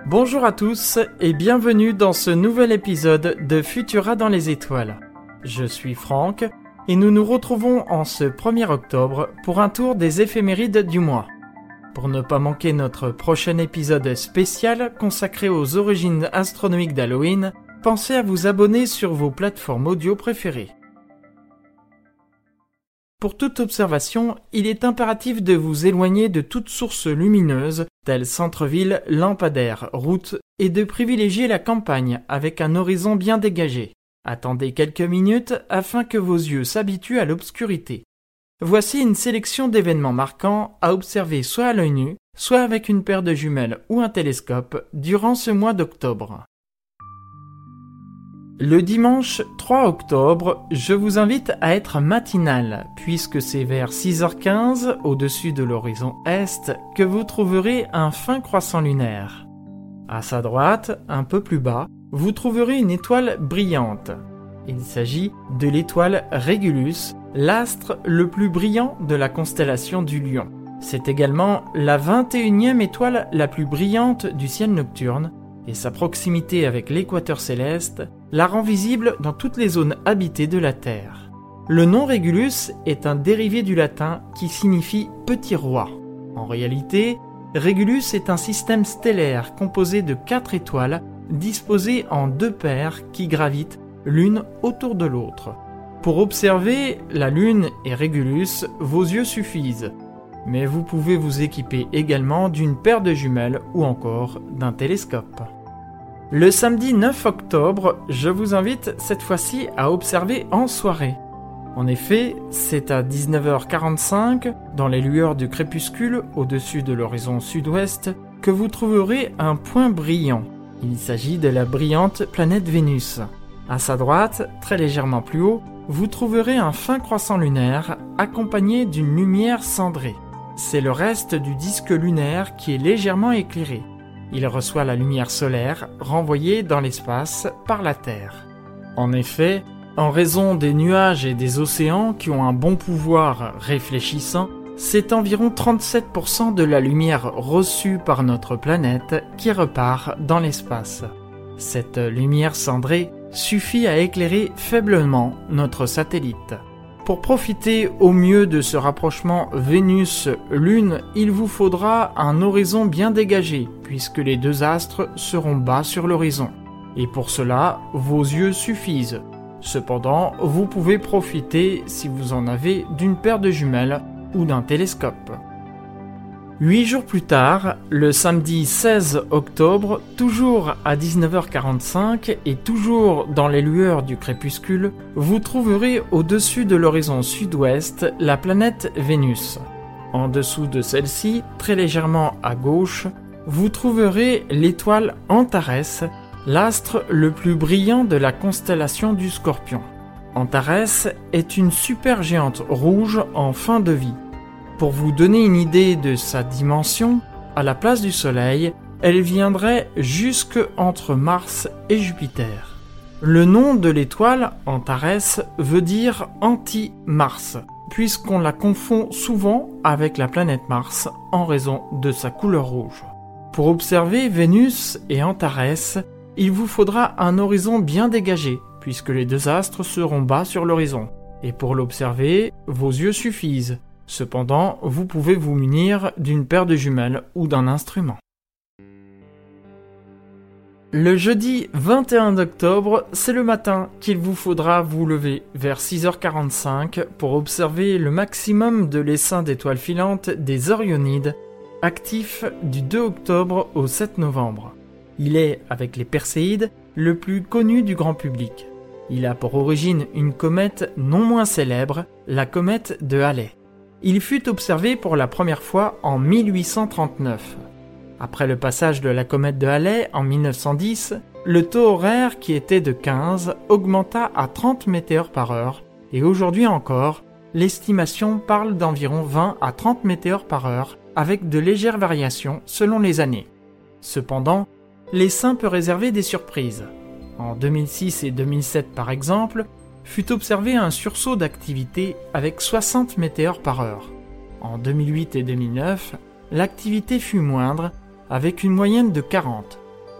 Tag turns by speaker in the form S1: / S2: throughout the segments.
S1: Bonjour à tous et bienvenue dans ce nouvel épisode de Futura dans les étoiles. Je suis Franck et nous nous retrouvons en ce 1er octobre pour un tour des éphémérides du mois. Pour ne pas manquer notre prochain épisode spécial consacré aux origines astronomiques d'Halloween, pensez à vous abonner sur vos plateformes audio préférées. Pour toute observation, il est impératif de vous éloigner de toute source lumineuse, telle centre-ville, lampadaire, route, et de privilégier la campagne avec un horizon bien dégagé. Attendez quelques minutes afin que vos yeux s'habituent à l'obscurité. Voici une sélection d'événements marquants à observer soit à l'œil nu, soit avec une paire de jumelles ou un télescope durant ce mois d'octobre. Le dimanche 3 octobre, je vous invite à être matinal, puisque c'est vers 6h15, au-dessus de l'horizon est, que vous trouverez un fin croissant lunaire. À sa droite, un peu plus bas, vous trouverez une étoile brillante. Il s'agit de l'étoile Régulus, l'astre le plus brillant de la constellation du Lion. C'est également la 21e étoile la plus brillante du ciel nocturne, et sa proximité avec l'équateur céleste la rend visible dans toutes les zones habitées de la Terre. Le nom Régulus est un dérivé du latin qui signifie « petit roi ». En réalité, Régulus est un système stellaire composé de 4 étoiles disposées en 2 paires qui gravitent l'une autour de l'autre. Pour observer la Lune et Régulus, vos yeux suffisent, mais vous pouvez vous équiper également d'une paire de jumelles ou encore d'un télescope. Le samedi 9 octobre, je vous invite cette fois-ci à observer en soirée. En effet, c'est à 19h45, dans les lueurs du crépuscule, au-dessus de l'horizon sud-ouest, que vous trouverez un point brillant. Il s'agit de la brillante planète Vénus. À sa droite, très légèrement plus haut, vous trouverez un fin croissant lunaire accompagné d'une lumière cendrée. C'est le reste du disque lunaire qui est légèrement éclairé. Il reçoit la lumière solaire renvoyée dans l'espace par la Terre. En effet, en raison des nuages et des océans qui ont un bon pouvoir réfléchissant, c'est environ 37% de la lumière reçue par notre planète qui repart dans l'espace. Cette lumière cendrée suffit à éclairer faiblement notre satellite. Pour profiter au mieux de ce rapprochement Vénus-Lune, il vous faudra un horizon bien dégagé, puisque les 2 astres seront bas sur l'horizon. Et pour cela, vos yeux suffisent. Cependant, vous pouvez profiter, si vous en avez, d'une paire de jumelles ou d'un télescope. 8 jours plus tard, le samedi 16 octobre, toujours à 19h45 et toujours dans les lueurs du crépuscule, vous trouverez au-dessus de l'horizon sud-ouest la planète Vénus. En dessous de celle-ci, très légèrement à gauche, vous trouverez l'étoile Antares, l'astre le plus brillant de la constellation du Scorpion. Antares est une supergéante rouge en fin de vie. Pour vous donner une idée de sa dimension, à la place du Soleil, elle viendrait jusque entre Mars et Jupiter. Le nom de l'étoile, Antares, veut dire anti-Mars, puisqu'on la confond souvent avec la planète Mars en raison de sa couleur rouge. Pour observer Vénus et Antares, il vous faudra un horizon bien dégagé, puisque les 2 astres seront bas sur l'horizon. Et pour l'observer, vos yeux suffisent. Cependant, vous pouvez vous munir d'une paire de jumelles ou d'un instrument. Le jeudi 21 octobre, c'est le matin qu'il vous faudra vous lever vers 6h45 pour observer le maximum de l'essaim d'étoiles filantes des Orionides, actifs du 2 octobre au 7 novembre. Il est, avec les Perséides, le plus connu du grand public. Il a pour origine une comète non moins célèbre, la comète de Halley. Il fut observé pour la première fois en 1839. Après le passage de la comète de Halley en 1910, le taux horaire qui était de 15 augmenta à 30 météores par heure et aujourd'hui encore, l'estimation parle d'environ 20 à 30 météores par heure avec de légères variations selon les années. Cependant, l'essaim peut réserver des surprises. En 2006 et 2007 par exemple, fut observé un sursaut d'activité avec 60 météores par heure. En 2008 et 2009, l'activité fut moindre avec une moyenne de 40.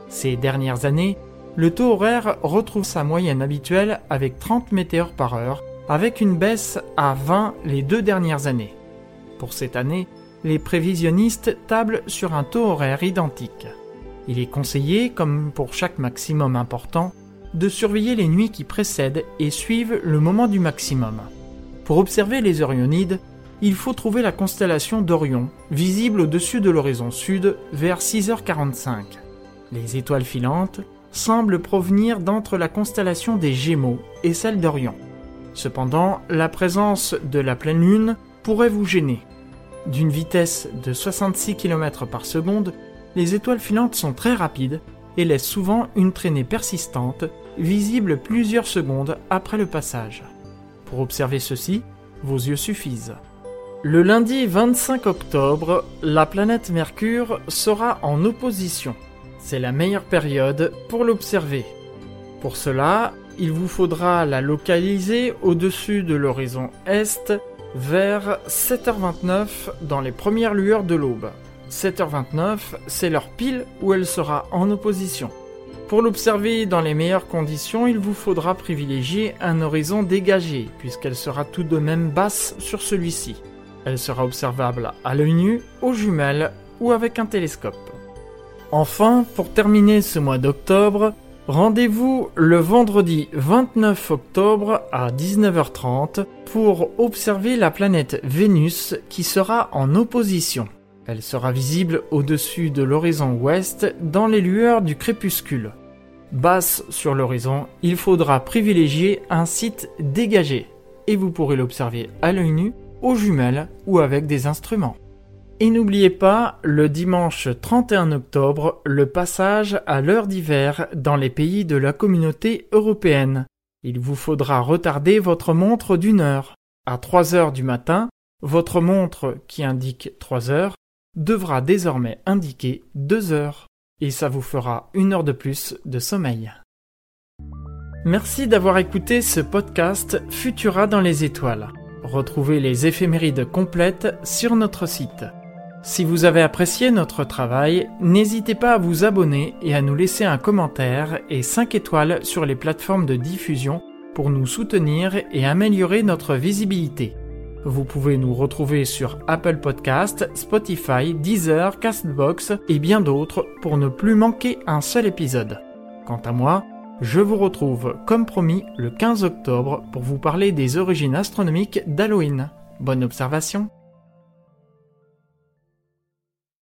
S1: Ces dernières années, le taux horaire retrouve sa moyenne habituelle avec 30 météores par heure, avec une baisse à 20 les 2 dernières années. Pour cette année, les prévisionnistes tablent sur un taux horaire identique. Il est conseillé, comme pour chaque maximum important, de surveiller les nuits qui précèdent et suivent le moment du maximum. Pour observer les Orionides, il faut trouver la constellation d'Orion, visible au-dessus de l'horizon sud vers 6h45. Les étoiles filantes semblent provenir d'entre la constellation des Gémeaux et celle d'Orion. Cependant, la présence de la pleine lune pourrait vous gêner. D'une vitesse de 66 km par seconde, les étoiles filantes sont très rapides et laissent souvent une traînée persistante, visible plusieurs secondes après le passage. Pour observer ceci, vos yeux suffisent. Le lundi 25 octobre, la planète Mercure sera en opposition. C'est la meilleure période pour l'observer. Pour cela, il vous faudra la localiser au-dessus de l'horizon est vers 7h29 dans les premières lueurs de l'aube. 7h29, c'est l'heure pile où elle sera en opposition. Pour l'observer dans les meilleures conditions, il vous faudra privilégier un horizon dégagé, puisqu'elle sera tout de même basse sur celui-ci. Elle sera observable à l'œil nu, aux jumelles ou avec un télescope. Enfin, pour terminer ce mois d'octobre, rendez-vous le vendredi 29 octobre à 19h30 pour observer la planète Vénus qui sera en opposition. Elle sera visible au-dessus de l'horizon ouest dans les lueurs du crépuscule. Basse sur l'horizon, il faudra privilégier un site dégagé et vous pourrez l'observer à l'œil nu, aux jumelles ou avec des instruments. Et n'oubliez pas, le dimanche 31 octobre, le passage à l'heure d'hiver dans les pays de la communauté européenne. Il vous faudra retarder votre montre d'1 heure. À 3h du matin, votre montre qui indique 3 heures devra désormais indiquer 2 heures. Et ça vous fera 1 heure de plus de sommeil. Merci d'avoir écouté ce podcast Futura dans les étoiles. Retrouvez les éphémérides complètes sur notre site. Si vous avez apprécié notre travail, n'hésitez pas à vous abonner et à nous laisser un commentaire et 5 étoiles sur les plateformes de diffusion pour nous soutenir et améliorer notre visibilité. Vous pouvez nous retrouver sur Apple Podcasts, Spotify, Deezer, Castbox et bien d'autres pour ne plus manquer un seul épisode. Quant à moi, je vous retrouve comme promis le 15 octobre pour vous parler des origines astronomiques d'Halloween. Bonne observation!